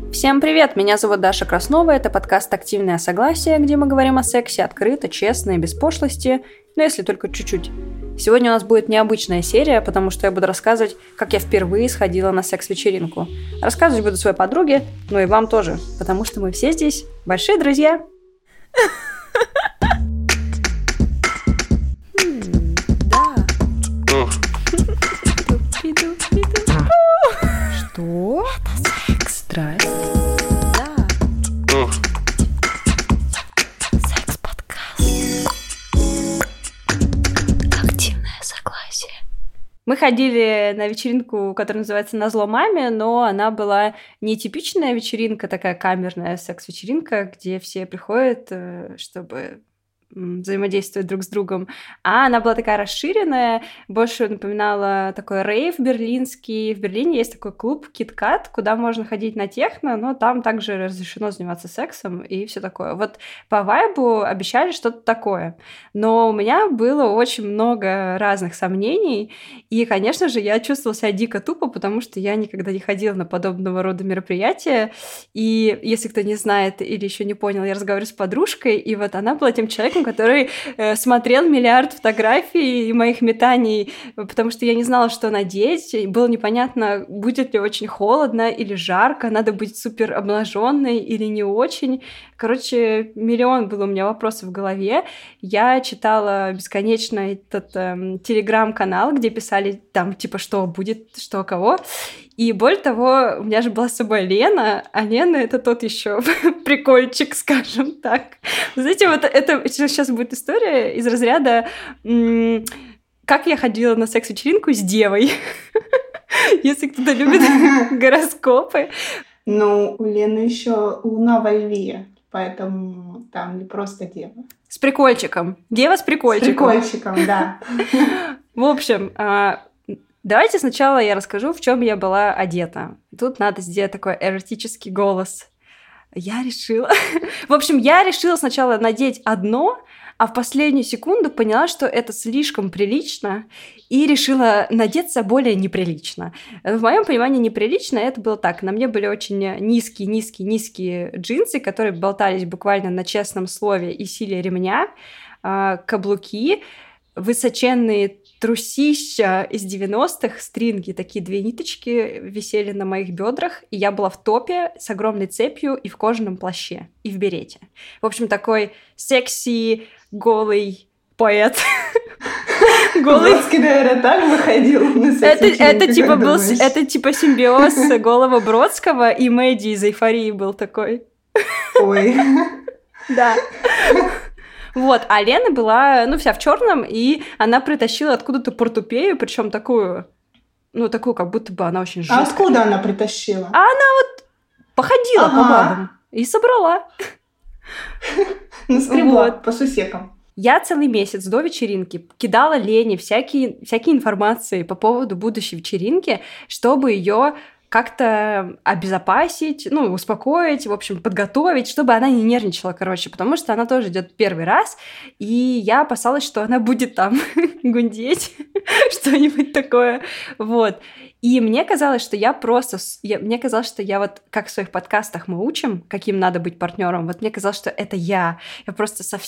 Всем привет, меня зовут Даша Краснова, это подкаст «Активное согласие», где мы говорим о сексе открыто, честно и без пошлости, но если только чуть-чуть. Сегодня у нас будет необычная серия, потому что я буду рассказывать, как я впервые сходила на секс-вечеринку. Рассказывать буду своей подруге, но и вам тоже, потому что мы все здесь большие друзья. Что? Это секс. Здрасте. Да. Секс-подкаст. Активное согласие. Мы ходили на вечеринку, которая называется «Назло маме», но она была не типичная вечеринка, такая камерная секс-вечеринка, где все приходят, чтобы взаимодействовать друг с другом, а она была такая расширенная, больше напоминала такой рейв берлинский. В Берлине есть такой клуб KitKat, куда можно ходить на техно, но там также разрешено заниматься сексом и все такое. Вот по вайбу обещали что-то такое. Но у меня было очень много разных сомнений, и, конечно же, я чувствовала себя дико тупо, потому что я никогда не ходила на подобного рода мероприятия, и если кто не знает или еще не понял, я разговариваю с подружкой, и вот она была тем человеком, который смотрел миллиард фотографий и моих метаний, потому что я не знала, что надеть. Было непонятно, будет ли очень холодно или жарко, надо быть супер обнаженной или не очень. Короче, миллион было у меня вопросов в голове. Я читала бесконечно этот телеграм-канал, где писали там, типа, что будет, что кого. И более того, у меня же была с собой Лена, а Лена — это тот еще прикольчик, скажем так. Знаете, вот это сейчас будет история из разряда «Как я ходила на секс-вечеринку с девой». Если кто-то любит гороскопы. Ну, у Лены еще луна во льве, поэтому там не просто дева. С прикольчиком. Дева с прикольчиком. С прикольчиком, да. В общем, давайте сначала я расскажу, в чем я была одета. Тут надо сделать такой эротический голос. Я решила сначала надеть одно, а в последнюю секунду поняла, что это слишком прилично, и решила надеться более неприлично. В моем понимании неприлично это было так. На мне были очень низкие джинсы, которые болтались буквально на честном слове и силе ремня, каблуки, высоченные трусища из 90-х, стринги, такие 2 ниточки висели на моих бедрах, и я была в топе с огромной цепью и в кожаном плаще, и в берете. В общем, такой секси, голый поэт. Бродский, наверное, так выходил на секс-вечеринку. Это типа симбиоз голого Бродского и Мэдди из «Эйфории» был такой. Ой. Да. Вот, а Лена была, вся в черном, и она притащила откуда-то портупею, причем такую, как будто бы она очень жесткая. А откуда она притащила? А она вот походила по бабам и собрала. Наскребла по сусекам. Я целый месяц до вечеринки кидала Лене всякие информации по поводу будущей вечеринки, чтобы ее как-то обезопасить, успокоить, в общем, подготовить, чтобы она не нервничала, потому что она тоже идет первый раз, и я опасалась, что она будет там гундеть, что-нибудь такое, вот. И мне казалось, что я вот, как в своих подкастах мы учим, каким надо быть партнером, вот мне казалось, что это я просто со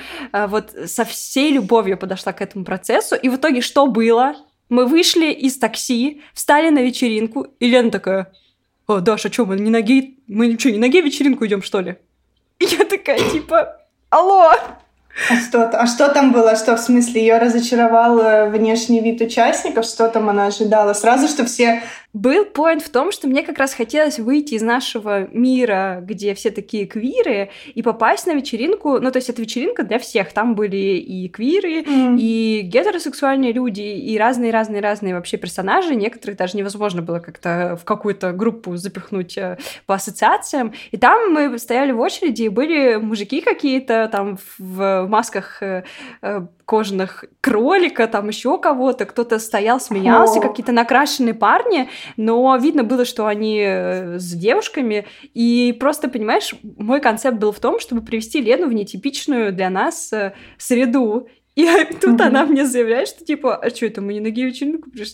всей любовью подошла к этому процессу, и в итоге что было? Мы вышли из такси, встали на вечеринку, и Лена такая: «О, Даша, что, мы не на гей-вечеринку идем, что ли?» И я такая, типа, алло! А что там было? Что, в смысле, ее разочаровал внешний вид участников? Что там она ожидала? Сразу, что все... Был поинт в том, что мне как раз хотелось выйти из нашего мира, где все такие квиры, и попасть на вечеринку. То есть это вечеринка для всех. Там были и квиры, и гетеросексуальные люди, и разные вообще персонажи. Некоторых даже невозможно было как-то в какую-то группу запихнуть по ассоциациям. И там мы стояли в очереди, и были мужики какие-то там в масках кожаных кролика, там еще кого-то, кто-то стоял, смеялся, какие-то накрашенные парни, но видно было, что они с девушками, и просто, понимаешь, мой концепт был в том, чтобы привести Лену в нетипичную для нас среду, и тут она мне заявляет, что типа, а что это, мы не на гей-вечеринку пришли?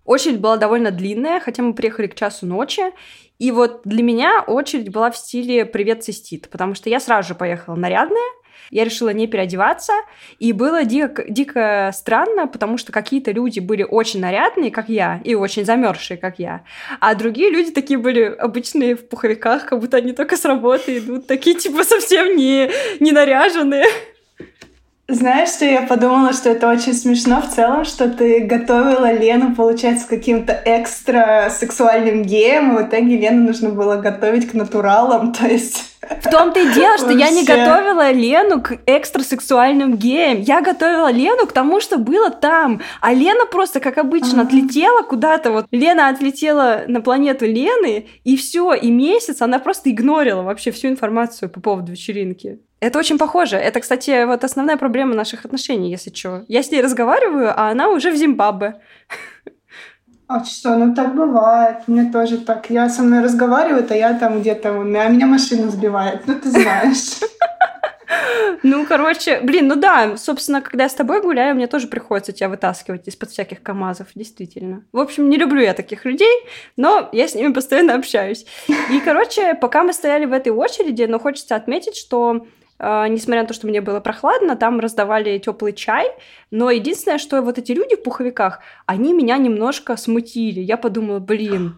Очередь была довольно длинная, хотя мы приехали к часу ночи. И вот для меня очередь была в стиле «Привет, цистит», потому что я сразу же поехала нарядная, я решила не переодеваться, и было дико странно, потому что какие-то люди были очень нарядные, как я, и очень замерзшие, как я, а другие люди такие были обычные в пуховиках, как будто они только с работы идут, такие типа совсем не наряженные. Знаешь, что я подумала, что это очень смешно в целом, что ты готовила Лену, получается, к каким-то экстра сексуальным геям, и в итоге Лену нужно было готовить к натуралам, то есть... В том-то и дело, что я не готовила Лену к экстрасексуальным геям. Я готовила Лену к тому, что было там. А Лена просто, как обычно, отлетела куда-то. Вот Лена отлетела на планету Лены, и все, и месяц она просто игнорила вообще всю информацию по поводу вечеринки. Это очень похоже. Это, кстати, вот основная проблема наших отношений, если что. Я с ней разговариваю, а она уже в Зимбабве. А что, ну так бывает. Мне тоже так. Я со мной разговариваю, а я там где-то... А меня машина сбивает. Ну, ты знаешь. Ну, короче, блин, ну да, собственно, когда я с тобой гуляю, мне тоже приходится тебя вытаскивать из-под всяких КАМАЗов, действительно. В общем, не люблю я таких людей, но я с ними постоянно общаюсь. И, короче, пока мы стояли в этой очереди, но хочется отметить, что несмотря на то, что мне было прохладно, там раздавали теплый чай, но единственное, что вот эти люди в пуховиках, они меня немножко смутили. Я подумала, блин.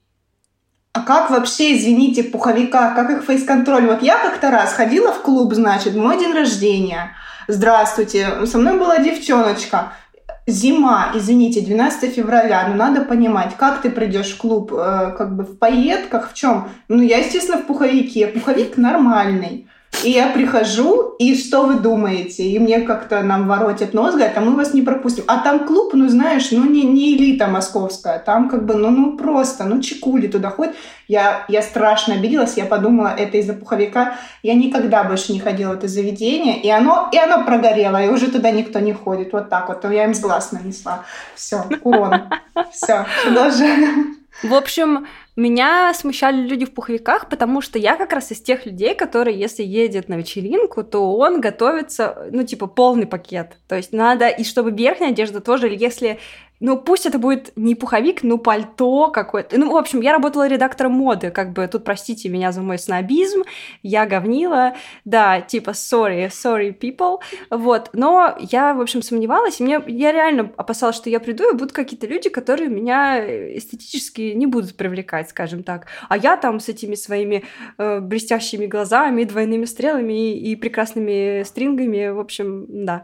А как вообще, извините, в пуховиках, как их фейс-контроль? Вот я как-то раз ходила в клуб, значит, мой день рождения. Здравствуйте, со мной была девчоночка. Зима, извините, 12 февраля, но надо понимать, как ты придешь в клуб, как бы в пайетках, в чем? Ну, я, естественно, в пуховике. Пуховик нормальный. И я прихожу, и что вы думаете? И мне как-то нам воротят нос, говорят, а мы вас не пропустим. А там клуб, ну знаешь, ну не элита московская, там как бы, ну просто, ну чекули туда ходят. Я страшно обиделась, я подумала, это из-за пуховика. Я никогда больше не ходила в это заведение, и оно прогорело, и уже туда никто не ходит. Вот так вот, я им с глаз нанесла. Все, урон. Все, продолжаем. В общем, меня смущали люди в пуховиках, потому что я как раз из тех людей, которые, если едет на вечеринку, то он готовится, ну, типа, полный пакет. То есть надо, и чтобы верхняя одежда тоже, если... Ну, пусть это будет не пуховик, но пальто какое-то. Ну, в общем, я работала редактором моды, как бы тут простите меня за мой снобизм, я говнила, да, типа sorry people, вот. Но я, в общем, сомневалась, и я реально опасалась, что я приду, и будут какие-то люди, которые меня эстетически не будут привлекать, скажем так. А я там с этими своими блестящими глазами, двойными стрелами и прекрасными стрингами, в общем, да.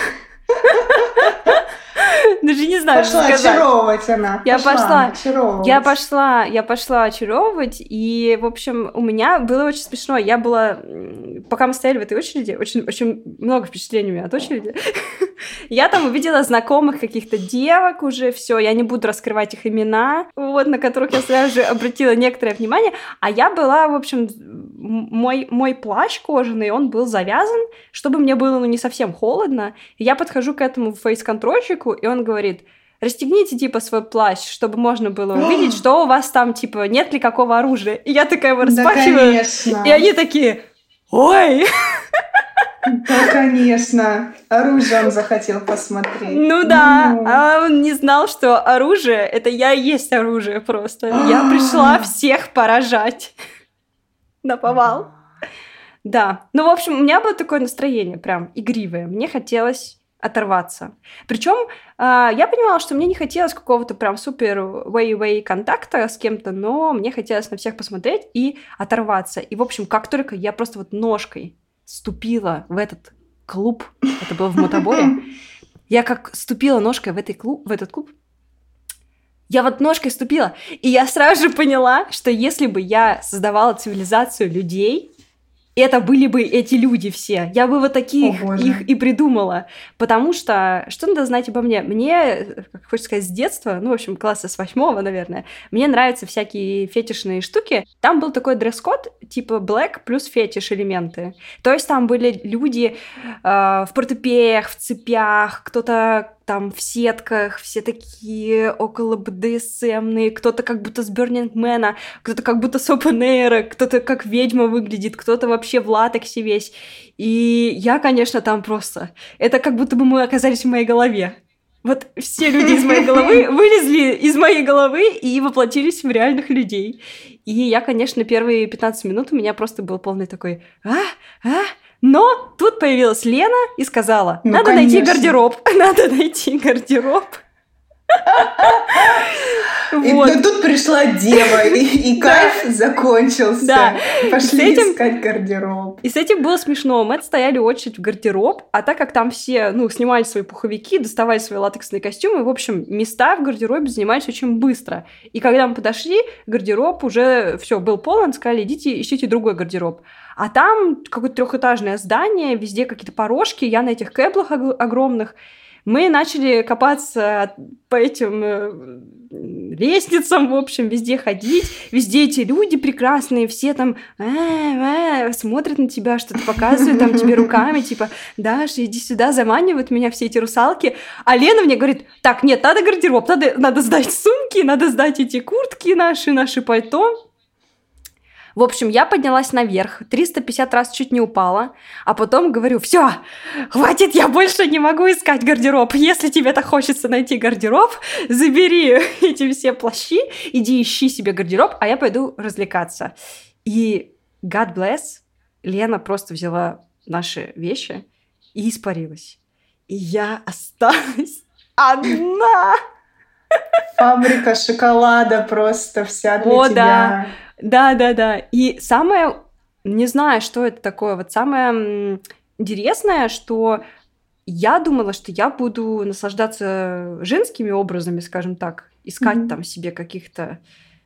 Даже не знаю, что сказать. Очаровывать она. Я пошла очаровывать, и, в общем, у меня было очень смешно. Я была, пока мы стояли в этой очереди, очень много впечатлений у меня от очереди. Я там увидела знакомых каких-то девок уже, все, я не буду раскрывать их имена, вот, на которых я сразу же обратила некоторое внимание. А я была, в общем, мой плащ кожаный, он был завязан, чтобы мне было, ну, не совсем холодно. И я подхожу к этому фейс-контрольщику, и он говорит: расстегните, типа, свой плащ, чтобы можно было увидеть, что у вас там, типа, нет ли какого оружия. И я такая его распахиваю, и они такие: ой! Да, конечно. Оружие он захотел посмотреть. Ну да, а он не знал, что оружие — это я и есть оружие просто. Я пришла всех поражать. Наповал. Да. Ну, в общем, у меня было такое настроение прям игривое. Мне хотелось оторваться. Причем я понимала, что мне не хотелось какого-то прям супер way контакта с кем-то, но мне хотелось на всех посмотреть и оторваться. И, в общем, как только я просто вот ножкой ступила в этот клуб, это было в Мотоборе, я как ступила ножкой в этот клуб, я вот ножкой ступила, и я сразу же поняла, что если бы я создавала цивилизацию людей, это были бы эти люди все. Я бы вот таких их и придумала. Потому что, что надо знать обо мне? Мне, как хочется сказать, с детства, ну, в общем, класса с 8-го, наверное, мне нравятся всякие фетишные штуки. Там был такой дресс-код, типа black плюс фетиш элементы. То есть там были люди в портупеях, в цепях, кто-то там в сетках, все такие около БДСМные, кто-то как будто с Burning Man, кто-то как будто с Open Air, кто-то как ведьма выглядит, кто-то вообще в латексе весь. И я, конечно, там просто... Это как будто бы мы оказались в моей голове. Вот все люди из моей головы вылезли из моей головы и воплотились в реальных людей. И я, конечно, первые 15 минут у меня просто был полный такой Но тут появилась Лена и сказала, надо найти гардероб. Надо найти гардероб. И тут пришла дева, и кайф закончился. Да. Пошли искать гардероб. И с этим было смешно. Мы отстояли очередь в гардероб, а так как там все, снимали свои пуховики, доставали свои латексные костюмы, в общем, места в гардеробе занимались очень быстро. И когда мы подошли, гардероб уже все был полон, сказали, идите, ищите другой гардероб. А там какое-то 3-этажное здание, везде какие-то порожки, я на этих кэблах огромных. Мы начали копаться по этим лестницам, в общем, везде ходить. Везде эти люди прекрасные, все там смотрят на тебя, что-то показывают там тебе руками, типа, Даша, иди сюда, заманивают меня все эти русалки. А Лена мне говорит, так, нет, надо гардероб, надо сдать сумки, надо сдать эти куртки наши пальто. В общем, я поднялась наверх, 350 раз чуть не упала, а потом говорю, все, хватит, я больше не могу искать гардероб. Если тебе так хочется найти гардероб, забери эти все плащи, иди ищи себе гардероб, а я пойду развлекаться. И God bless, Лена просто взяла наши вещи и испарилась. И я осталась одна. Фабрика шоколада просто вся для тебя. Да. И самое, не знаю, что это такое, вот самое интересное, что я думала, что я буду наслаждаться женскими образами, скажем так, искать там себе каких-то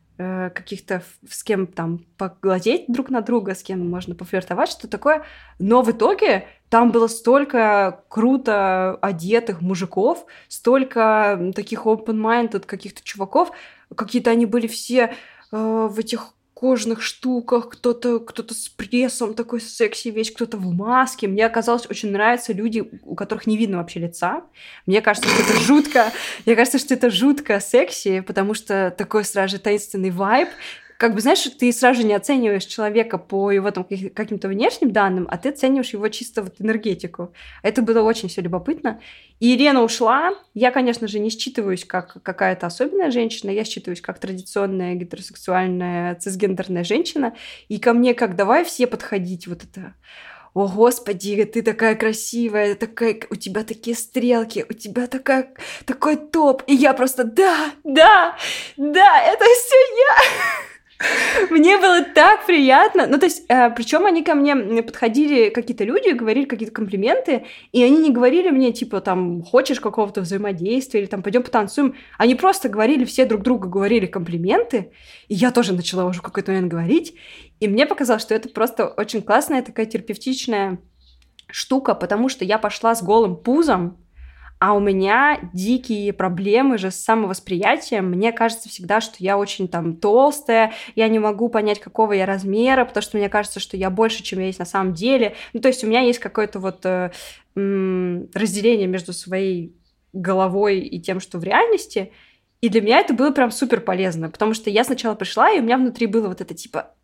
с кем там поглазеть друг на друга, с кем можно пофлиртовать, что такое. Но в итоге там было столько круто одетых мужиков, столько таких open-minded каких-то чуваков, какие-то они были все в этих кожаных штуках, кто-то с прессом, такой секси вещь, кто-то в маске. Мне оказалось, очень нравятся люди, у которых не видно вообще лица. Мне кажется, что это жутко. Мне кажется, что это жутко секси, потому что такой сразу же таинственный вайб. Как бы, знаешь, ты сразу же не оцениваешь человека по его там каким-то внешним данным, а ты оцениваешь его чисто вот энергетику. Это было очень все любопытно. И Ирина ушла. Я, конечно же, не считываюсь как какая-то особенная женщина, я считываюсь как традиционная гетеросексуальная цисгендерная женщина. И ко мне как давай все подходить вот это... О, Господи, ты такая красивая, у тебя такие стрелки, у тебя такой топ. И я просто, да, это все я. Мне было так приятно. Ну, то есть, причем они ко мне подходили, какие-то люди, говорили какие-то комплименты, и они не говорили мне, типа, там, хочешь какого-то взаимодействия, или там, пойдем потанцуем. Они просто говорили, все друг другу говорили комплименты, и я тоже начала уже в какой-то момент говорить, и мне показалось, что это просто очень классная такая терапевтичная штука, потому что я пошла с голым пузом, а у меня дикие проблемы же с самовосприятием. Мне кажется всегда, что я очень там толстая, я не могу понять, какого я размера, потому что мне кажется, что я больше, чем я есть на самом деле. Ну, то есть у меня есть какое-то вот разделение между своей головой и тем, что в реальности. И для меня это было прям супер полезно, потому что я сначала пришла, и у меня внутри было вот это типа...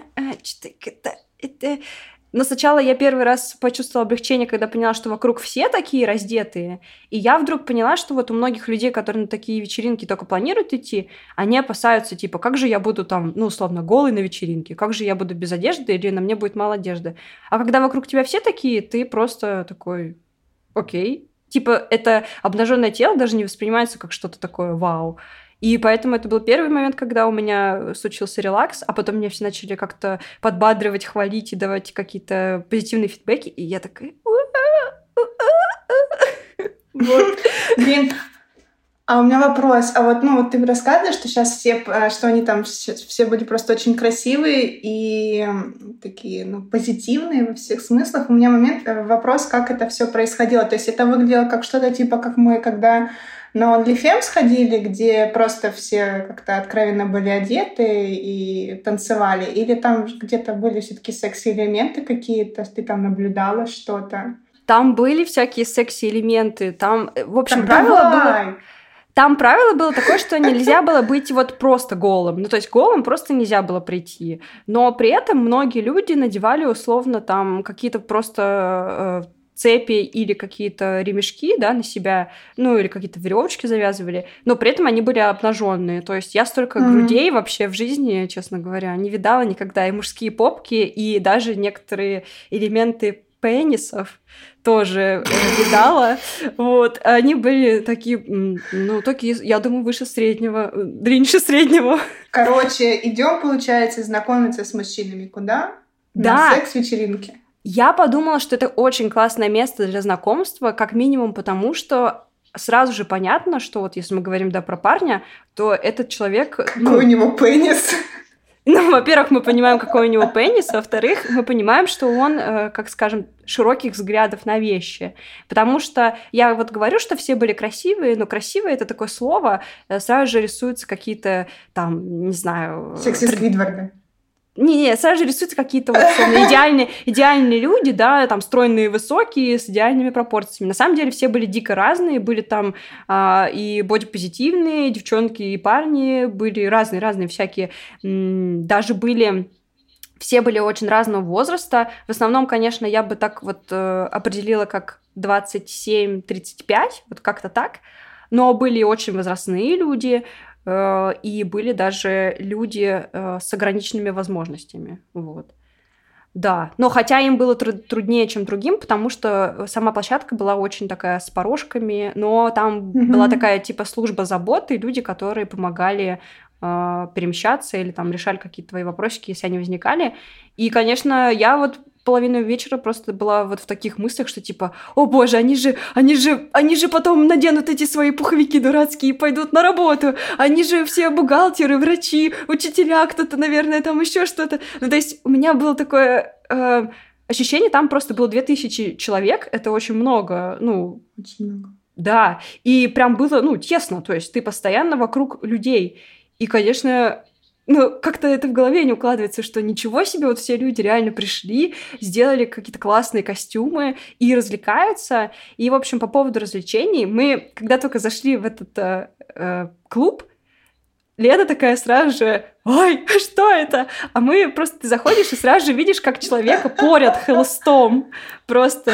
Но сначала я первый раз почувствовала облегчение, когда поняла, что вокруг все такие раздетые. И я вдруг поняла, что вот у многих людей, которые на такие вечеринки только планируют идти, они опасаются, типа, как же я буду там, условно, голой на вечеринке, как же я буду без одежды, или на мне будет мало одежды. А когда вокруг тебя все такие, ты просто такой, окей. Типа, это обнаженное тело даже не воспринимается как что-то такое вау. И поэтому это был первый момент, когда у меня случился релакс, а потом меня все начали как-то подбадривать, хвалить и давать какие-то позитивные фидбэки, и я такая... Вот. Блин, а у меня вопрос. А вот, ты рассказываешь, что сейчас что они там все были просто очень красивые и такие, позитивные во всех смыслах. У меня вопрос, как это все происходило. То есть это выглядело как что-то типа, как мы, когда на OnlyFans ходили, где просто все как-то откровенно были одеты и танцевали? Или там где-то были все-таки секси-элементы какие-то? Ты там наблюдала что-то? Там были всякие секси-элементы. Там, в общем, Там правило было такое, что нельзя было быть вот просто голым. Ну, то есть голым просто нельзя было прийти. Но при этом многие люди надевали условно там какие-то просто цепи или какие-то ремешки, да, на себя, ну, или какие-то веревочки завязывали, но при этом они были обнаженные. То есть я столько грудей вообще в жизни, честно говоря, не видала никогда. И мужские попки, и даже некоторые элементы пенисов тоже видала. Вот. Они были такие, ну, такие, я думаю, выше среднего, длиннее среднего. Короче, идем, получается, знакомиться с мужчинами куда? Да. На секс-вечеринке. Я подумала, что это очень классное место для знакомства, как минимум потому, что сразу же понятно, что вот если мы говорим, да, про парня, то этот человек... Какой у него пенис? Ну, во-первых, мы понимаем, какой у него пенис, а во-вторых, мы понимаем, что он, как скажем, широких взглядов на вещи. Потому что я вот говорю, что все были красивые, но красивые — это такое слово, сразу же рисуются какие-то там, не знаю... Секси Сквидварда. Не, сразу же рисуются какие-то вот идеальные люди, да, там стройные, высокие, с идеальными пропорциями. На самом деле все были дико разные, были там и бодипозитивные девчонки, и парни, были разные всякие, даже были... Все были очень разного возраста. В основном, конечно, я бы так вот определила как 27-35, вот как-то так. Но были очень возрастные люди, и были даже люди с ограниченными возможностями. Вот. Да, но хотя им было труднее, чем другим, потому что сама площадка была очень такая с порожками, но там была такая типа служба заботы, люди, которые помогали перемещаться или там решали какие-то твои вопросики, если они возникали. И, конечно, я вот половину вечера просто была вот в таких мыслях, что типа, о боже, они же потом наденут эти свои пуховики дурацкие и пойдут на работу. Они же все бухгалтеры, врачи, учителя, кто-то, наверное, там еще что-то. Ну, то есть у меня было такое ощущение, там просто было 2000 человек, это очень много, ну... Очень много. Да, и прям было, ну, тесно, то есть ты постоянно вокруг людей. И, конечно... Ну, как-то это в голове не укладывается, что ничего себе, вот все люди реально пришли, сделали какие-то классные костюмы и развлекаются. И, в общем, по поводу развлечений, мы, когда только зашли в этот клуб, Лена такая сразу же: «Ой, что это?» А мы просто, ты заходишь и сразу же видишь, как человека порят хлыстом просто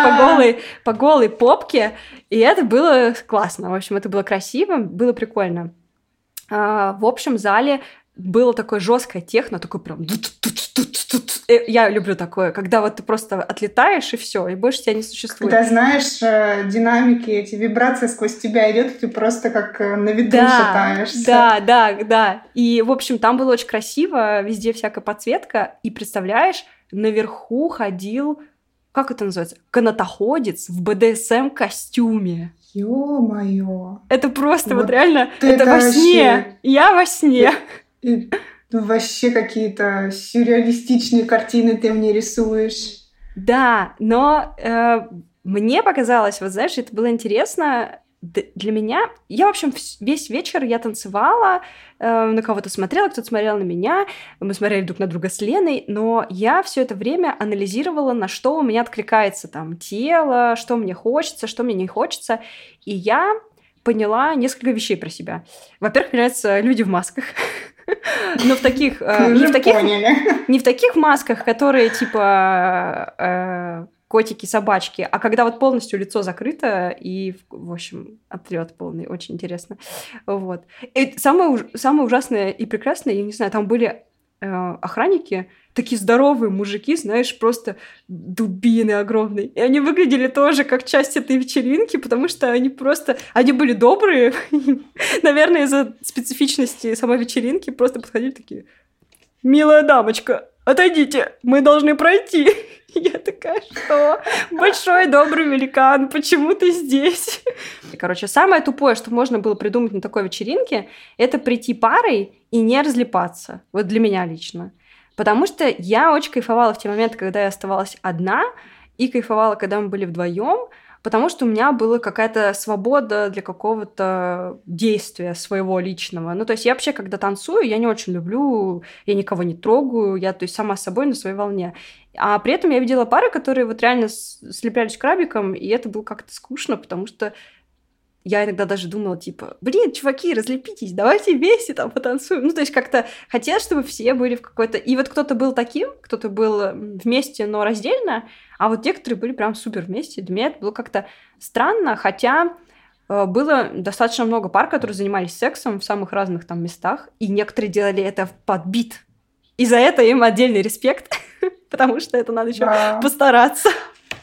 по голой попке. И это было классно. В общем, это было красиво, было прикольно. В общем зале было такое жесткое техно, такое прям... Я люблю такое, когда вот ты просто отлетаешь, и все, и больше тебя не существует. Когда, знаешь, динамики, эти вибрации сквозь тебя идет, и ты просто как на виду шатаешься. Да. И, в общем, там было очень красиво, везде всякая подсветка, и, представляешь, наверху ходил, как это называется, канатоходец в БДСМ-костюме. Ё-моё. Это просто вот реально, это во сне. Я во сне. И вообще какие-то сюрреалистичные картины ты мне рисуешь. Да, но мне показалось, вот знаешь, это было интересно для меня. Я, в общем, весь вечер я танцевала, на кого-то смотрела, кто-то смотрел на меня, мы смотрели друг на друга с Леной, но я все это время анализировала, на что у меня откликается там тело, что мне хочется, что мне не хочется, и я поняла несколько вещей про себя. Во-первых, мне нравятся люди в масках. Но в таких... Не в таких масках, которые типа котики-собачки, а когда вот полностью лицо закрыто и, в общем, отлет полный. Очень интересно. Вот. И самое ужасное и прекрасное, я не знаю, там были охранники, такие здоровые мужики, знаешь, просто дубины огромные. И они выглядели тоже как часть этой вечеринки, потому что они были добрые. Наверное, из-за специфичности самой вечеринки просто подходили такие: «Милая дамочка, отойдите, мы должны пройти». Я такая: что? Большой добрый великан, почему ты здесь? Короче, самое тупое, что можно было придумать на такой вечеринке, это прийти парой и не разлипаться. Вот для меня лично. Потому что я очень кайфовала в те моменты, когда я оставалась одна, и кайфовала, когда мы были вдвоем, потому что у меня была какая-то свобода для какого-то действия своего личного. Ну, то есть я вообще, когда танцую, я не очень люблю, я никого не трогаю, я, то есть, сама с собой на своей волне. А при этом я видела пары, которые вот реально слеплялись крабиком, и это было как-то скучно, потому что я иногда даже думала, типа, блин, чуваки, разлепитесь, давайте вместе там потанцуем. Ну, то есть как-то хотелось, чтобы все были в какой-то... И вот кто-то был таким, кто-то был вместе, но раздельно, а вот некоторые были прям супер вместе. Для меня это было как-то странно, хотя было достаточно много пар, которые занимались сексом в самых разных там местах, и некоторые делали это под бит. И за это им отдельный респект, потому что это надо еще постараться.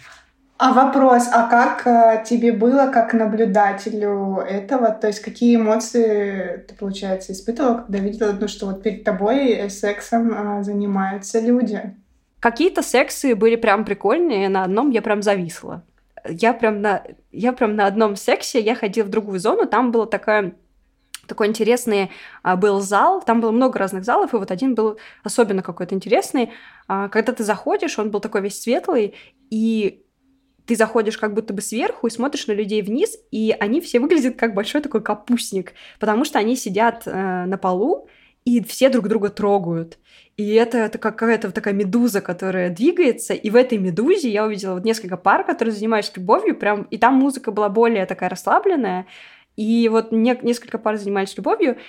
А вопрос, а как тебе было как наблюдателю этого? То есть какие эмоции ты, получается, испытывала, когда видела, ну, что вот перед тобой сексом занимаются люди? Какие-то сексы были прям прикольные, на одном я прям зависла. Я прям на одном сексе, я ходила в другую зону, там было такой интересный был зал, там было много разных залов, и вот один был особенно какой-то интересный. Когда ты заходишь, он был такой весь светлый, и ты заходишь как будто бы сверху и смотришь на людей вниз, и они все выглядят как большой такой капустник, потому что они сидят на полу, и все друг друга трогают. И это какая-то такая медуза, которая двигается, и в этой медузе я увидела вот несколько пар, которые занимались любовью, прям, и там музыка была более такая расслабленная, и вот несколько пар занимались любовью,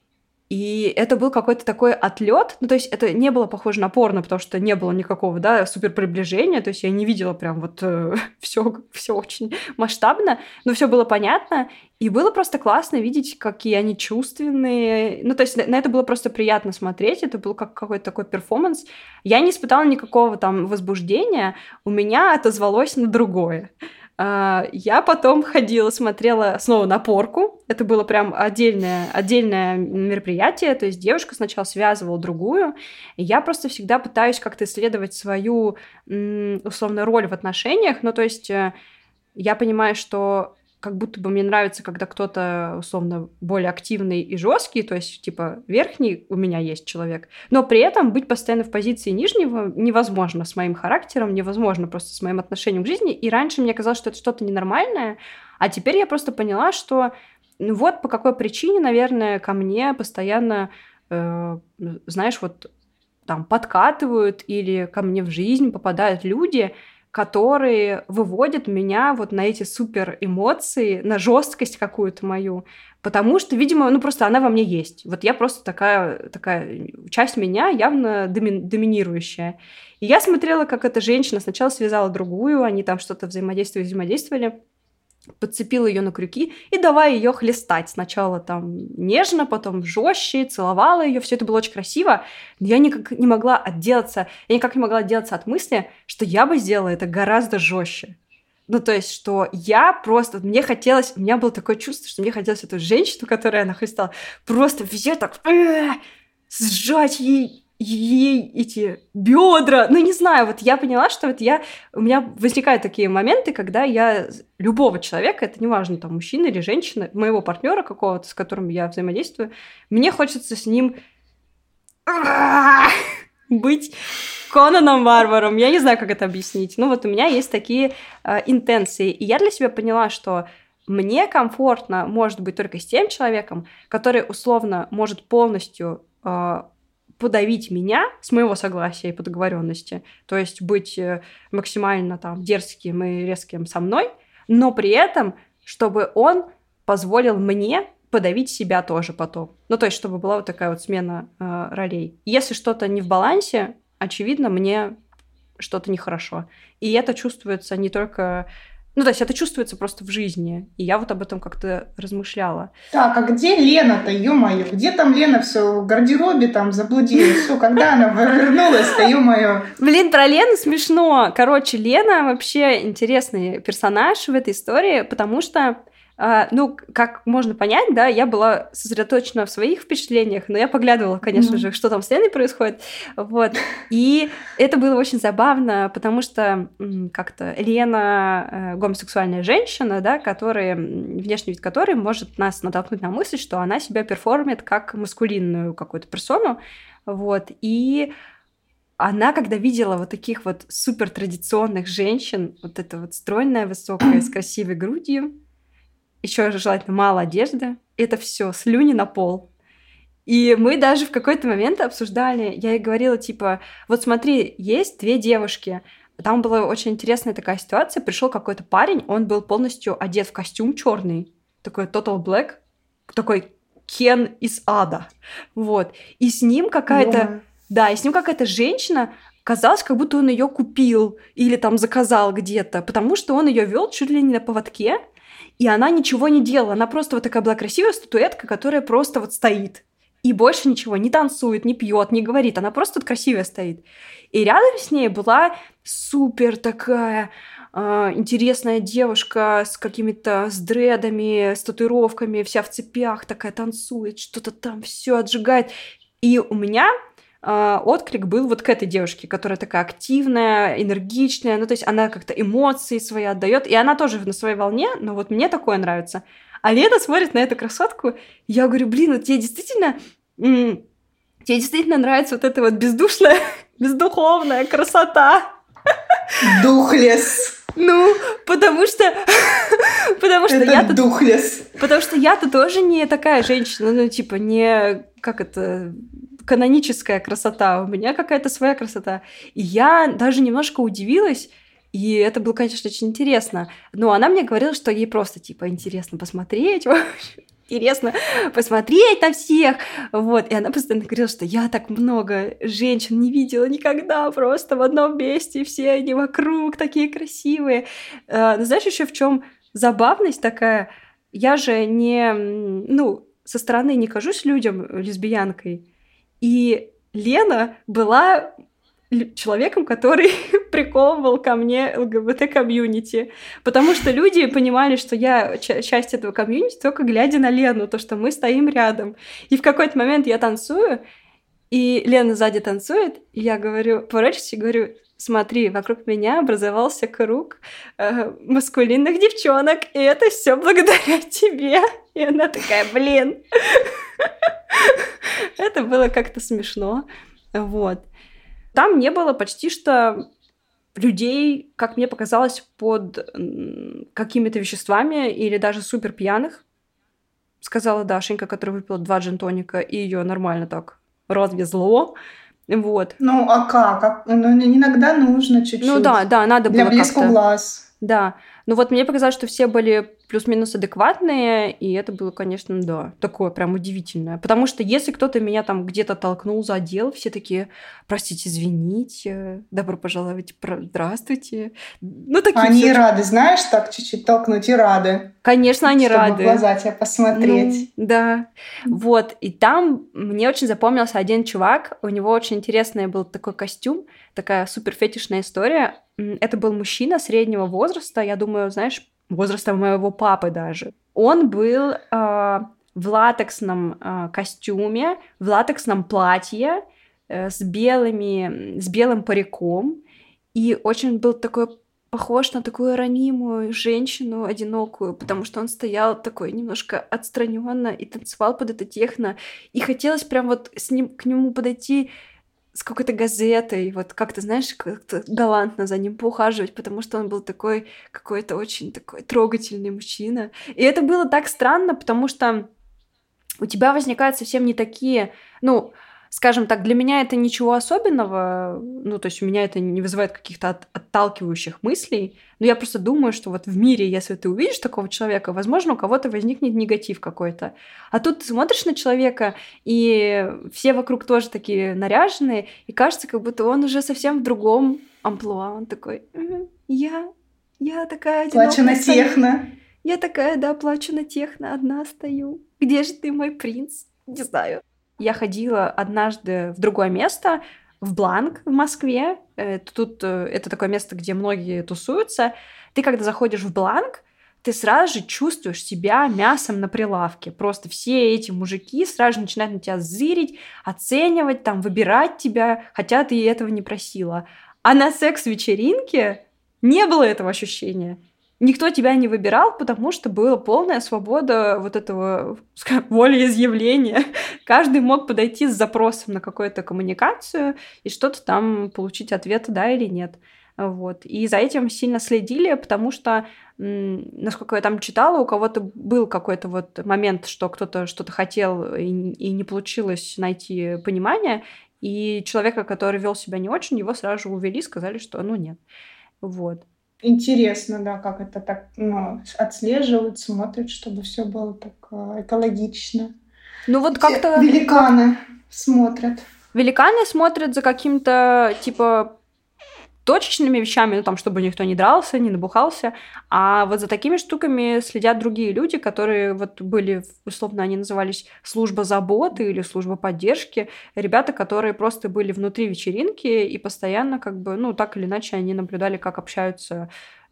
и это был какой-то такой отлет. Ну, то есть это не было похоже на порно, потому что не было никакого, да, супер приближения. То есть я не видела прям вот все очень масштабно, но все было понятно. И было просто классно видеть, какие они чувственные. Ну, то есть на это было просто приятно смотреть. Это был как какой-то такой перформанс. Я не испытала никакого там возбуждения. У меня отозвалось на другое. Я потом ходила, смотрела снова на порку. Это было прям отдельное мероприятие. То есть девушка сначала связывала другую. И я просто всегда пытаюсь как-то исследовать свою, условно, роль в отношениях. Ну, то есть я понимаю, что как будто бы мне нравится, когда кто-то, условно, более активный и жесткий, то есть, типа, верхний у меня есть человек, но при этом быть постоянно в позиции нижнего невозможно с моим характером, невозможно просто с моим отношением к жизни, и раньше мне казалось, что это что-то ненормальное, а теперь я просто поняла, что вот по какой причине, наверное, ко мне постоянно, знаешь, вот там подкатывают или ко мне в жизнь попадают люди, которые выводят меня вот на эти супер эмоции, на жесткость какую-то мою, потому что, видимо, ну просто она во мне есть. Вот я просто такая часть меня явно доминирующая. И я смотрела, как эта женщина сначала связала другую, они там что-то взаимодействовали, подцепила ее на крюки и давай ее хлестать. Сначала там нежно, потом жестче, целовала ее. Все это было очень красиво. Но я никак не могла отделаться от мысли, что я бы сделала это гораздо жестче. Ну, то есть, что я просто... у меня было такое чувство, что мне хотелось эту женщину, которая она хлестала, просто везде так сжать ей эти бедра, ну не знаю, вот я поняла, что вот у меня возникают такие моменты, когда я любого человека, это неважно, там, мужчина или женщина, моего партнера какого-то, с которым я взаимодействую, мне хочется с ним быть Конаном Варваром, я не знаю, как это объяснить, но вот у меня есть такие интенции, и я для себя поняла, что мне комфортно, может быть, только с тем человеком, который, условно, может полностью подавить меня с моего согласия и по договоренности, то есть быть максимально там дерзким и резким со мной, но при этом, чтобы он позволил мне подавить себя тоже потом. Ну, то есть, чтобы была вот такая вот смена ролей. Если что-то не в балансе, очевидно, мне что-то нехорошо. И это чувствуется не только... Ну, то есть это чувствуется просто в жизни. И я вот об этом как-то размышляла. Так, а где Лена-то, ё-моё? Где там Лена все в гардеробе там заблудилась? Все, когда она вернулась-то, ё-моё? Блин, про Лену смешно. Короче, Лена вообще интересный персонаж в этой истории, потому что ну, как можно понять, да, я была сосредоточена в своих впечатлениях, но я поглядывала, конечно же, что там с Леной происходит, вот, и это было очень забавно, потому что как-то Лена гомосексуальная женщина, да, внешний вид которой может нас натолкнуть на мысль, что она себя перформит как маскулинную какую-то персону, вот, и она, когда видела вот таких вот супер традиционных женщин, вот это вот стройная, высокая, с красивой грудью, еще желательно мало одежды, это все слюни на пол. И мы даже в какой-то момент обсуждали, я ей говорила, типа, вот смотри, есть две девушки. Там была очень интересная такая ситуация, пришел какой-то парень, он был полностью одет в костюм черный, такой Total Black, такой Кен из ада. Вот. И с ним какая-то... Да, и с ним какая-то женщина, казалось, как будто он ее купил или там заказал где-то, потому что он ее вел чуть ли не на поводке, и она ничего не делала. Она просто вот такая была красивая статуэтка, которая просто вот стоит. И больше ничего, не танцует, не пьет, не говорит. Она просто вот красивая стоит. И рядом с ней была супер такая интересная девушка с какими-то с дредами, с татуировками, вся в цепях, такая танцует, что-то там все отжигает. И у меня отклик был вот к этой девушке, которая такая активная, энергичная, ну, то есть она как-то эмоции свои отдает, и она тоже на своей волне, но вот мне такое нравится. А Лена смотрит на эту красотку, и я говорю, блин, вот тебе действительно нравится вот эта вот бездушная, бездуховная красота. Духлес. Ну, потому что это духлес. Потому что я-то тоже не такая женщина, ну, типа, не, как это, каноническая красота, у меня какая-то своя красота. И я даже немножко удивилась, и это было, конечно, очень интересно. Но она мне говорила, что ей просто, типа, интересно посмотреть, интересно посмотреть на всех. Вот. И она постоянно говорила, что я так много женщин не видела никогда, просто в одном месте, все они вокруг такие красивые. Но знаешь, еще в чем забавность такая? Я же не, ну, со стороны не кажусь людям лесбиянкой. И Лена была человеком, который приковывал ко мне ЛГБТ-комьюнити. Потому что люди понимали, что я часть этого комьюнити, только глядя на Лену, то, что мы стоим рядом. И в какой-то момент я танцую, и Лена сзади танцует, и я говорю, поворачиваюсь и говорю, смотри, вокруг меня образовался круг маскулинных девчонок, и это все благодаря тебе. И она такая, блин. Это было как-то смешно. Вот. Там не было почти что людей, как мне показалось, под какими-то веществами или даже супер пьяных. Сказала Дашенька, которая выпила 2 джин-тоника, и ее нормально так развезло. Вот. Ну, а как? Ну, иногда нужно чуть-чуть. Ну да, надо было для блеску как-то. Глаз. Да. Ну вот мне показалось, что все были плюс-минус адекватные, и это было, конечно, да, такое прям удивительное. Потому что если кто-то меня там где-то толкнул, задел, все такие, простите, извините, добро пожаловать, здравствуйте. Ну, такие они все. рады, знаешь, так чуть-чуть толкнуть, и рады. Конечно, они чтобы рады. в глаза тебя посмотреть. Ну, да. Вот. И там мне очень запомнился один чувак. У него очень интересный был такой костюм, такая супер фетишная история. Это был мужчина среднего возраста, я думаю, знаешь, возраста моего папы даже. Он был в латексном костюме, в латексном платье с белым париком. И очень был такой похож на такую ранимую женщину одинокую, потому что он стоял такой немножко отстраненно и танцевал под это техно. И хотелось прям вот к нему подойти с какой-то газетой, вот как-то, знаешь, как-то галантно за ним поухаживать, потому что он был такой какой-то очень такой трогательный мужчина. И это было так странно, потому что у тебя возникают совсем не такие, ну, скажем так, для меня это ничего особенного, ну, то есть у меня это не вызывает каких-то отталкивающих мыслей, но я просто думаю, что вот в мире, если ты увидишь такого человека, возможно, у кого-то возникнет негатив какой-то. А тут ты смотришь на человека, и все вокруг тоже такие наряженные, и кажется, как будто он уже совсем в другом амплуа. Он такой, я такая одинокая. Плачу на техно. Я такая, да, плачу на техно, одна стою. Где же ты, мой принц? Не знаю. Я ходила однажды в другое место, в Бланк в Москве. Это такое место, где многие тусуются. Ты, когда заходишь в Бланк, ты сразу же чувствуешь себя мясом на прилавке. Просто все эти мужики сразу же начинают на тебя зырить, оценивать, там, выбирать тебя, хотя ты этого не просила. А на секс-вечеринке не было этого ощущения. Никто тебя не выбирал, потому что была полная свобода вот этого, скажем, волеизъявления. Каждый мог подойти с запросом на какую-то коммуникацию и что-то там получить ответ, да или нет. Вот. И за этим сильно следили, потому что, насколько я там читала, у кого-то был какой-то вот момент, что кто-то что-то хотел и не получилось найти понимание, и человека, который вел себя не очень, его сразу же увели, сказали, что ну нет. Вот. Интересно, да, как это так, ну, отслеживают, смотрят, чтобы все было так экологично. Ну вот Эти как-то... великаны смотрят. Великаны смотрят за каким-то, типа, точечными вещами, ну, там, чтобы никто не дрался, не набухался, а вот за такими штуками следят другие люди, которые вот были, условно, они назывались служба заботы или служба поддержки, ребята, которые просто были внутри вечеринки и постоянно, как бы, ну, так или иначе, они наблюдали, как общаются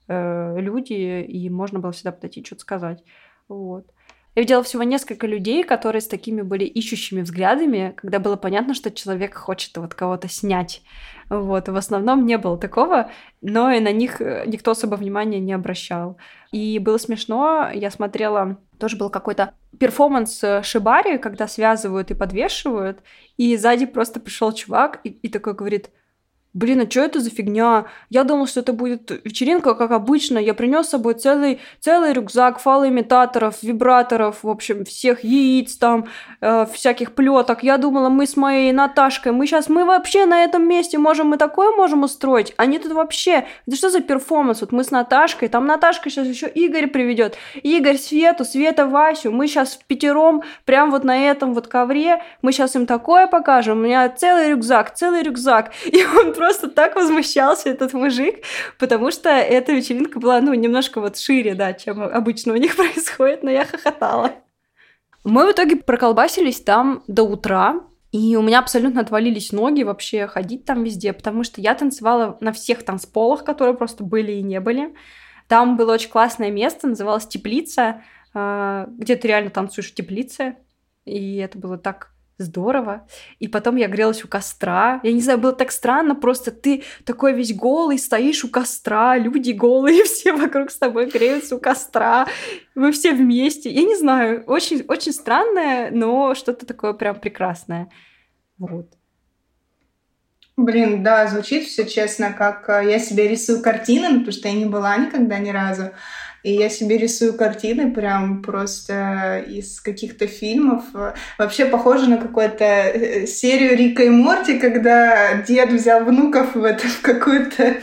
люди, и можно было всегда подойти, что-то сказать. Вот. Я видела всего несколько людей, которые с такими были ищущими взглядами, когда было понятно, что человек хочет вот кого-то снять. Вот. В основном не было такого, но и на них никто особо внимания не обращал. И было смешно, я смотрела, тоже был какой-то перформанс шибари, когда связывают и подвешивают, и сзади просто пришел чувак и такой говорит: блин, а что это за фигня? Я думал, что это будет вечеринка, как обычно. Я принес с собой целый рюкзак фалоимитаторов, вибраторов, в общем, всех яиц там, всяких плеток. Я думала, мы с моей Наташкой, мы вообще на этом месте мы такое можем устроить. Они тут вообще, это что за перформанс? Вот мы с Наташкой, там Наташка сейчас еще Игорь приведет. Игорь Свету, Света Васю. Мы сейчас впятером, прям вот на этом вот ковре, мы сейчас им такое покажем. У меня целый рюкзак. И он просто так возмущался, этот мужик, потому что эта вечеринка была, ну, немножко вот шире, да, чем обычно у них происходит, но я хохотала. Мы в итоге проколбасились там до утра, и у меня абсолютно отвалились ноги вообще ходить там везде, потому что я танцевала на всех танцполах, которые просто были и не были. Там было очень классное место, называлось «Теплица», где ты реально танцуешь в теплице, и это было так здорово. И потом я грелась у костра. Я не знаю, было так странно, просто ты такой весь голый, стоишь у костра, люди голые, все вокруг с тобой греются у костра, вы все вместе. Я не знаю, очень, очень странное, но что-то такое прям прекрасное. Вот. Блин, да, звучит все честно, как я себе рисую картины, потому что я не была никогда ни разу. И я себе рисую картины прям просто из каких-то фильмов. Вообще похоже на какую-то серию Рика и Морти, когда дед взял внуков в какую-то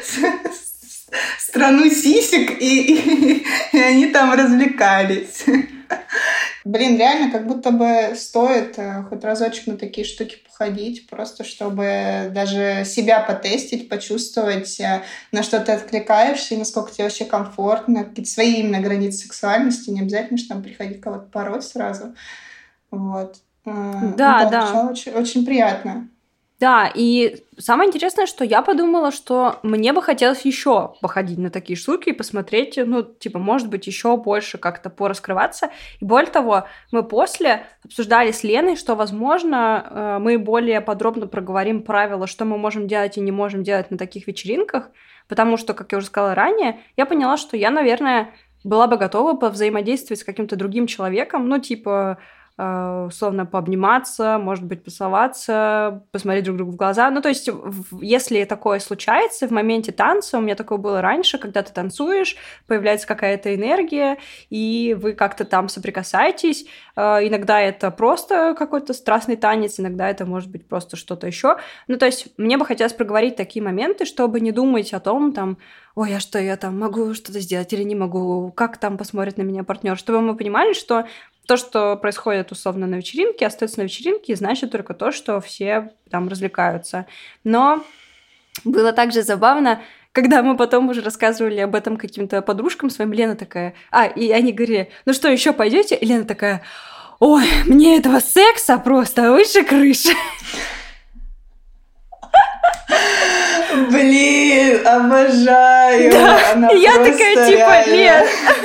страну сисек, и они там развлекались. Блин, реально, как будто бы стоит хоть разочек на такие штуки походить, просто чтобы даже себя потестить, почувствовать, на что ты откликаешься и насколько тебе вообще комфортно, какие-то свои именно границы сексуальности, не обязательно, что там приходить кого-то пороть сразу. Вот. Да. Очень, очень приятно. Да, и самое интересное, что я подумала, что мне бы хотелось еще походить на такие штуки и посмотреть, ну, типа, может быть, еще больше как-то пораскрываться. И более того, мы после обсуждали с Леной, что, возможно, мы более подробно проговорим правила, что мы можем делать и не можем делать на таких вечеринках, потому что, как я уже сказала ранее, я поняла, что я, наверное, была бы готова повзаимодействовать с каким-то другим человеком, ну, типа, условно пообниматься, может быть, поцеловаться, посмотреть друг другу в глаза. Ну, то есть, если такое случается в моменте танца, у меня такое было раньше, когда ты танцуешь, появляется какая-то энергия, и вы как-то там соприкасаетесь. Иногда это просто какой-то страстный танец, иногда это может быть просто что-то еще. Ну, то есть, мне бы хотелось проговорить такие моменты, чтобы не думать о том, там, ой, а что я там могу что-то сделать или не могу, как там посмотрит на меня партнер, чтобы мы понимали, что то, что происходит условно на вечеринке, остается на вечеринке, и значит только то, что все там развлекаются. Но было также забавно, когда мы потом уже рассказывали об этом каким-то подружкам своим, Лена такая... и они говорили, ну что, еще пойдете? И Лена такая, ой, мне этого секса просто выше крыши. Блин, обожаю. Да, я такая, типа, Лен...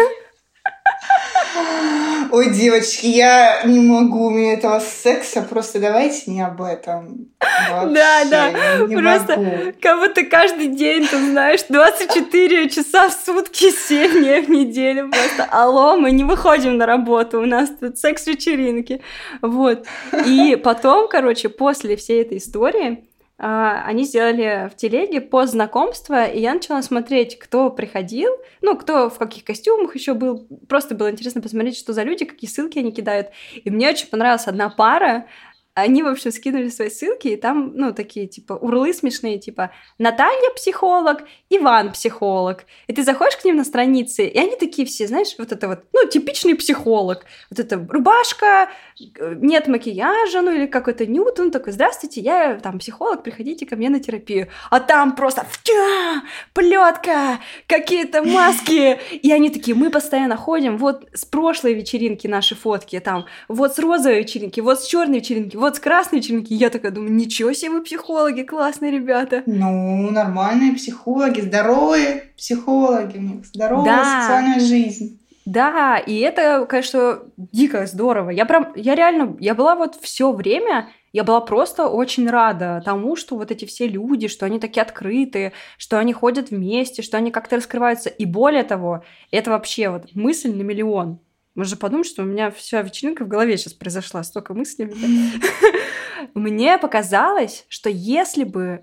Ой, девочки, я не могу, мне этого секса, просто давайте не об этом. Вообще, да, не просто могу. как будто каждый день, ты знаешь, 24 часа в сутки, 7 дней в неделю. Просто алло, мы не выходим на работу, у нас тут секс-вечеринки. Вот. И потом, короче, после всей этой истории, они сделали в телеге пост знакомства, и я начала смотреть, кто приходил, ну, кто в каких костюмах еще был. Просто было интересно посмотреть, что за люди, какие ссылки они кидают. И мне очень понравилась одна пара. Они, в общем, скинули свои ссылки, и там, ну, такие, типа, урлы смешные, типа, Наталья психолог, Иван психолог. И ты заходишь к ним на страницы, и они такие все, знаешь, вот это вот, ну, типичный психолог. Вот это рубашка, нет макияжа, ну, или какой-то нюд, он такой, здравствуйте, я там психолог, приходите ко мне на терапию. А там просто плетка, какие-то маски. И они такие, мы постоянно ходим, вот с прошлой вечеринки наши фотки, там, вот с розовой вечеринки, вот с черной вечеринки, вот с красной вечеринки. Я такая думаю, ничего себе вы психологи, классные ребята. Ну, нормальные психологи, здоровые психологи, у них здоровая сексуальная жизнь. Да, и это, конечно, дико здорово. Я реально, я была вот все время, я была просто очень рада тому, что вот эти все люди, что они такие открытые, что они ходят вместе, что они как-то раскрываются. И более того, это вообще вот мысль на миллион. Можно подумать, что у меня вся вечеринка в голове сейчас произошла, столько мыслей. Мне показалось, что если бы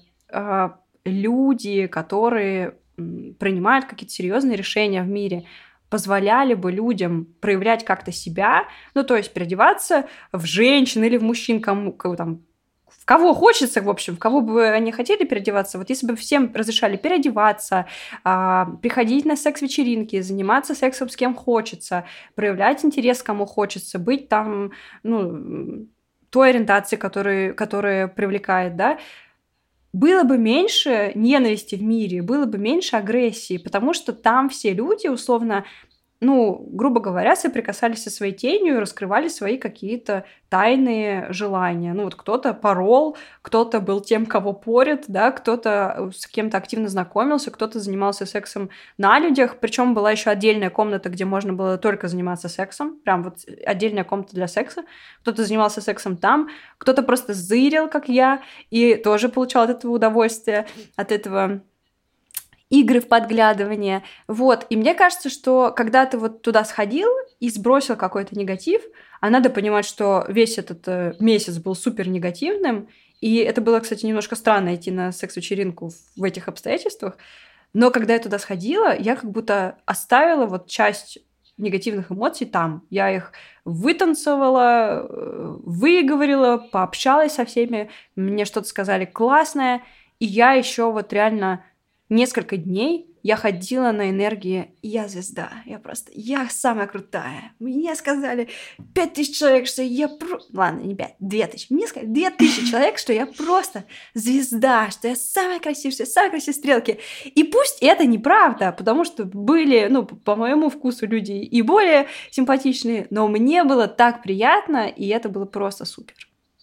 люди, которые принимают какие-то серьезные решения в мире, позволяли бы людям проявлять как-то себя, ну, то есть переодеваться в женщин или в мужчин, кому там, в кого хочется, в общем, в кого бы они хотели переодеваться. Вот если бы всем разрешали переодеваться, приходить на секс-вечеринки, заниматься сексом с кем хочется, проявлять интерес, кому хочется, быть там, ну, той ориентации, которая привлекает, да, было бы меньше ненависти в мире, было бы меньше агрессии, потому что там все люди, условно, ну, грубо говоря, соприкасались со своей тенью и раскрывали свои какие-то тайные желания. Ну, вот кто-то порол, кто-то был тем, кого порят, да, кто-то с кем-то активно знакомился, кто-то занимался сексом на людях, причем была еще отдельная комната, где можно было только заниматься сексом, прям вот отдельная комната для секса. Кто-то занимался сексом там, кто-то просто зырил, как я, и тоже получал от этого удовольствие, от этого игры в подглядывание. Вот. И мне кажется, что когда ты вот туда сходил и сбросил какой-то негатив, а надо понимать, что весь этот месяц был супер негативным, и это было, кстати, немножко странно идти на секс-вечеринку в этих обстоятельствах, но когда я туда сходила, я как будто оставила вот часть негативных эмоций там. Я их вытанцевала, выговорила, пообщалась со всеми, мне что-то сказали классное, и я еще вот реально несколько дней я ходила на энергии «я звезда», я самая крутая. Мне сказали 5000 человек, что я ладно, не 5, 2000. Мне сказали 2000 человек, что я просто звезда, что я самая красивая, что я самая красивая стрелки. И пусть это неправда, потому что были, ну, по моему вкусу люди и более симпатичные, но мне было так приятно, и это было просто супер.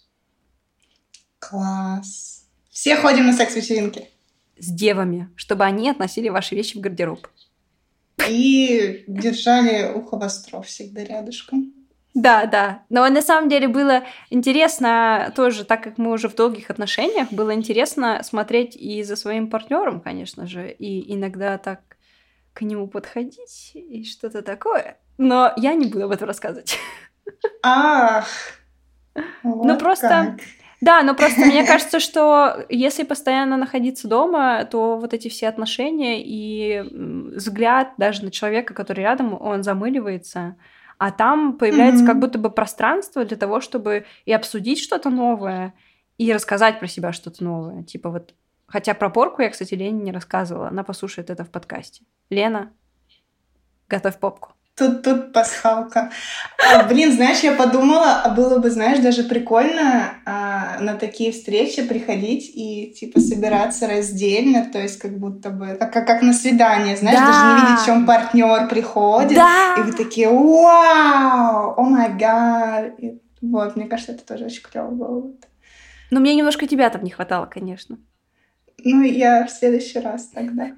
Класс. Все ходим на секс-вечеринки. С девами, чтобы они относили ваши вещи в гардероб. И держали ухо востро всегда рядышком. Да. Но на самом деле было интересно тоже, так как мы уже в долгих отношениях, было интересно смотреть и за своим партнером, конечно же, и иногда так к нему подходить и что-то такое. Но я не буду об этом рассказывать. Ах, вот ну просто... как. Да, но просто мне кажется, что если постоянно находиться дома, то вот эти все отношения и взгляд даже на человека, который рядом, он замыливается, а там появляется как будто бы пространство для того, чтобы и обсудить что-то новое, и рассказать про себя что-то новое. Типа вот, хотя про порку я, кстати, Лене не рассказывала, она послушает это в подкасте. Лена, готовь попку. Тут пасхалка. Блин, знаешь, я подумала, было бы, знаешь, даже прикольно на такие встречи приходить и, типа, собираться раздельно, то есть как будто бы, как на свидание, знаешь, даже не видеть, в чем партнер приходит, и вы такие, вау, о май гад. Вот, мне кажется, это тоже очень клево было бы. Но мне немножко тебя там не хватало, конечно. Ну, я в следующий раз тогда.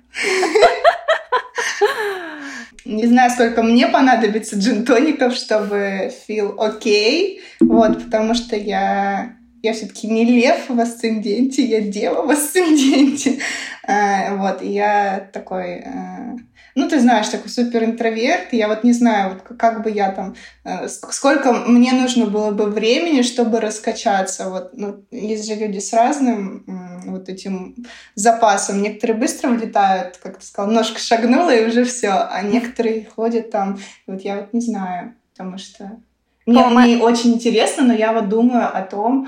Не знаю, сколько мне понадобится джин-тоников, чтобы feel окей, вот, потому что я все-таки не лев в асценденте, я дева в асценденте, вот, и я такой, ну, ты знаешь, такой супер интроверт, и я вот не знаю, вот как бы я там, сколько мне нужно было бы времени, чтобы раскачаться, вот, ну, есть же люди с разным вот этим запасом, некоторые быстро влетают, как ты сказала, ножка шагнула и уже все, а некоторые ходят там, вот я вот не знаю, потому что Мне очень интересно, но я вот думаю о том,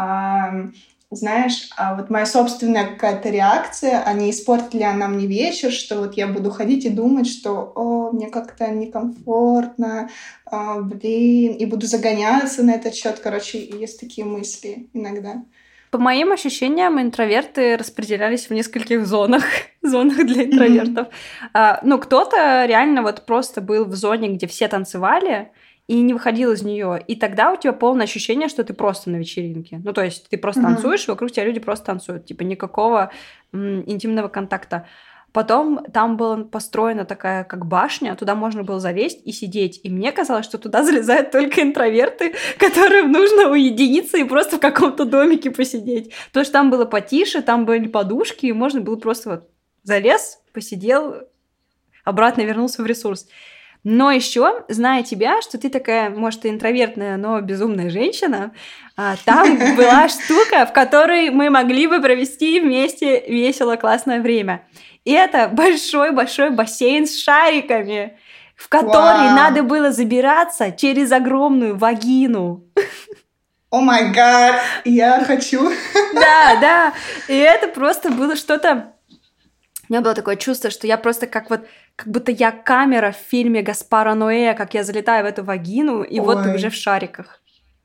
знаешь, вот моя собственная какая-то реакция, а не испортит ли она мне вечер, что вот я буду ходить и думать, что мне как-то некомфортно, блин, и буду загоняться на этот счет. Короче, есть такие мысли иногда. По моим ощущениям, интроверты распределялись в нескольких зонах для интровертов. Кто-то реально вот просто был в зоне, где все танцевали, и не выходил из нее. И тогда у тебя полное ощущение, что ты просто на вечеринке. То есть ты просто танцуешь, вокруг тебя люди просто танцуют. Типа никакого интимного контакта. Потом там была построена такая, как башня, туда можно было залезть и сидеть. И мне казалось, что туда залезают только интроверты, которым нужно уединиться и просто в каком-то домике посидеть. Потому что там было потише, там были подушки, и можно было просто вот залез, посидел, обратно вернулся в ресурс. Но еще, зная тебя, что ты такая, может, и интровертная, но безумная женщина, там была штука, в которой мы могли бы провести вместе весело, классное время. И это большой-большой бассейн с шариками, в который надо было забираться через огромную вагину. О май гад, я хочу. Да. И это просто было что-то... У меня было такое чувство, что я просто как будто я камера в фильме Гаспара Ноэ, как я залетаю в эту вагину, и вот ты уже в шариках.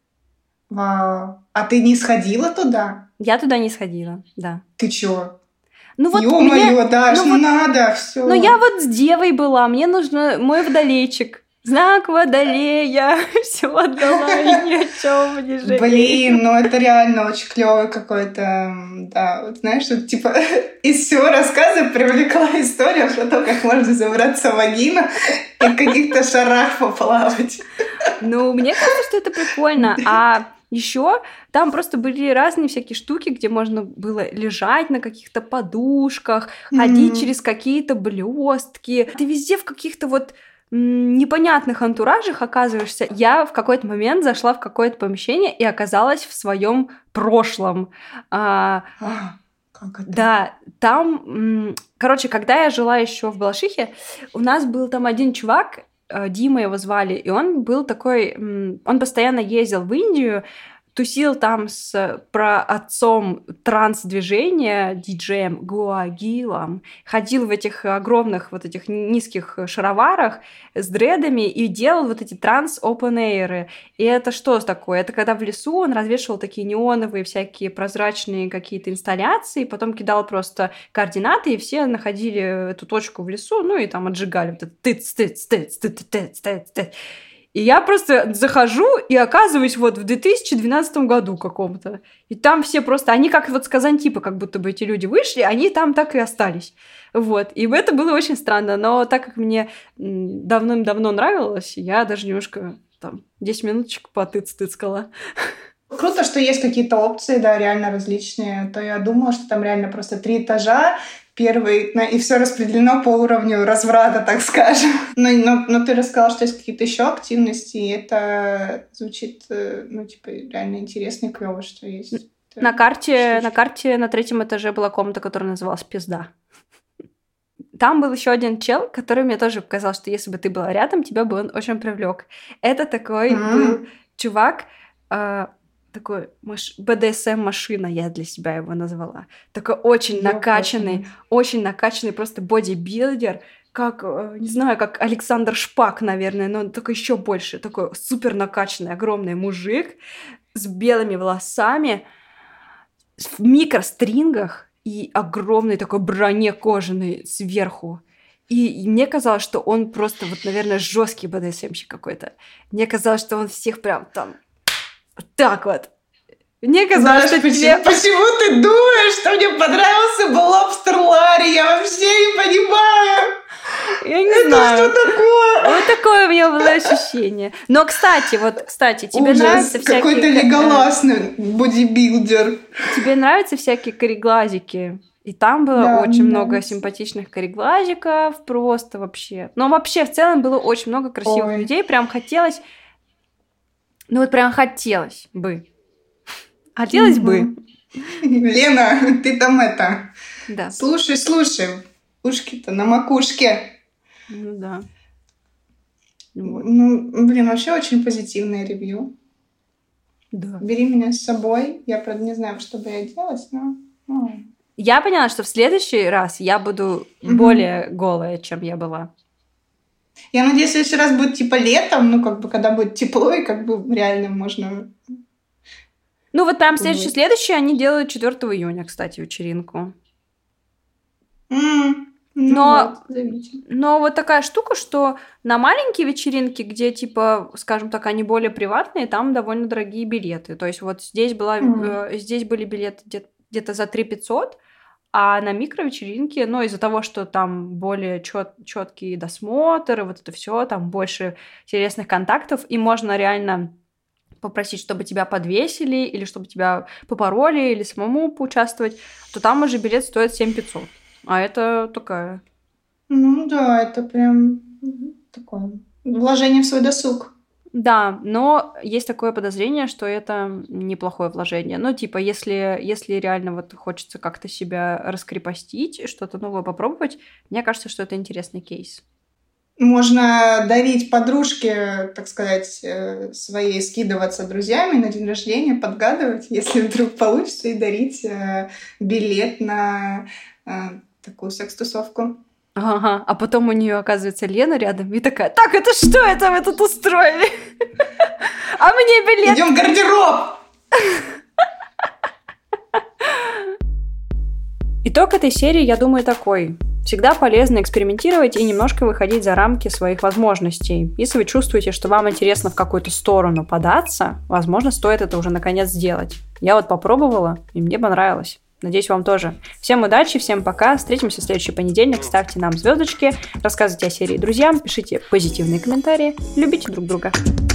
Вау. А ты не сходила туда? Я туда не сходила, да. Ты чё? Ё-моё, Даш, надо, всё. Я вот с девой была, мне нужно мой водолейчик. Знак Водолея, все отдала, и ни о чем не жалею. Блин, это реально очень клёвый какой-то, да, вот знаешь, вот типа из всего рассказа привлекла история про то, как можно забраться в вагину и в каких-то шарах поплавать. Мне кажется, что это прикольно. А еще там просто были разные всякие штуки, где можно было лежать на каких-то подушках, ходить через какие-то блестки. Ты везде в каких-то вот непонятных антуражах оказываешься. Я в какой-то момент зашла в какое-то помещение и оказалась в своем прошлом. Как это? Да, там, когда я жила еще в Балашихе, у нас был там один чувак, Дима его звали, и он был такой, он постоянно ездил в Индию, тусил там с праотцом транс-движения, диджеем Гуагилом, ходил в этих огромных вот этих низких шароварах с дредами и делал вот эти транс-опен-эйры. И это что такое? Это когда в лесу он развешивал такие неоновые всякие прозрачные какие-то инсталляции, потом кидал просто координаты, и все находили эту точку в лесу, и там отжигали вот это тыц-тыц-тыц-тыц-тыц-тыц-тыц. И я просто захожу и оказываюсь вот в 2012 году каком-то. И там все просто... Они как вот с Казантипа, как будто бы эти люди вышли, они там так и остались. Вот. И это было очень странно. Но так как мне давным-давно нравилось, я даже немножко там 10 минуточек потыц-тыцкала. Круто, что есть какие-то опции, да, реально различные. То я думала, что там реально просто 3 этажа, первый, и все распределено по уровню разврата, так скажем. Но ты рассказала, что есть какие-то еще активности, и это звучит, реально интересно и клево, что есть. На карте на 3-м этаже была комната, которая называлась «Пизда». Там был еще один чел, который мне тоже показал, что если бы ты была рядом, тебя бы он очень привлек. Это такой был чувак, такой БДСМ-машина, я для себя его назвала. Такой очень накачанный просто бодибилдер, как, не знаю, как Александр Шпак, наверное, но только еще больше. Такой супер накачанный, огромный мужик с белыми волосами, в микрострингах и огромной такой броне кожаной сверху. И мне казалось, что он просто, наверное, жесткий БДСМщик какой-то. Мне казалось, что он всех прям там вот так вот. Мне казалось, что тебе... Почему ты думаешь, что мне понравился бы Лобстер Ларри? Я вообще не понимаю. Я не знаю. Это что такое? Вот такое у меня было ощущение. Но, кстати, тебе Ужас, нравятся всякие... Какой-то леголасный бодибилдер. Тебе нравятся всякие кореглазики? И там было очень много симпатичных кореглазиков, просто вообще. Но вообще, в целом, было очень много красивых людей. Прям хотелось... прям хотелось бы. Хотелось бы. Лена, ты там Да. Слушай. Ушки-то на макушке. Да. Вот. Ну, блин, вообще очень позитивное ревью. Да. Бери меня с собой. Я, правда, не знаю, что бы я делать, но... Я поняла, что в следующий раз я буду более голая, чем я была. Я надеюсь, в следующий раз будет типа летом, ну, как бы, когда будет тепло, и как бы реально можно... Ну, вот прям следующий они делают 4 июня, кстати, вечеринку. Но вот такая штука, что на маленькие вечеринки, где, типа, скажем так, они более приватные, там довольно дорогие билеты. То есть вот здесь были билеты где-то за 3 500, а на микровечеринке, ну, из-за того, что там более четкий досмотр, и вот это все, там больше интересных контактов, и можно реально попросить, чтобы тебя подвесили, или чтобы тебя попороли, или самому поучаствовать, то там уже билет стоит 7 500. А это такая... Ну да, это прям такое вложение в свой досуг. Да, но есть такое подозрение, что это неплохое вложение. Ну, типа, если реально вот хочется как-то себя раскрепостить, что-то новое попробовать, мне кажется, что это интересный кейс. Можно дарить подружке, так сказать, своей, скидываться друзьями на день рождения, подгадывать, если вдруг получится, и дарить билет на такую секс-тусовку. Ага, а потом у нее оказывается Лена рядом и такая: так, это что это вы тут устроили? А мне билет... Идем в гардероб! Итог этой серии, я думаю, такой. Всегда полезно экспериментировать и немножко выходить за рамки своих возможностей. Если вы чувствуете, что вам интересно в какую-то сторону податься, возможно, стоит это уже наконец сделать. Я вот попробовала, и мне понравилось. Надеюсь, вам тоже. Всем удачи, всем пока. Встретимся в следующий понедельник. Ставьте нам звездочки, рассказывайте о серии друзьям, пишите позитивные комментарии, любите друг друга.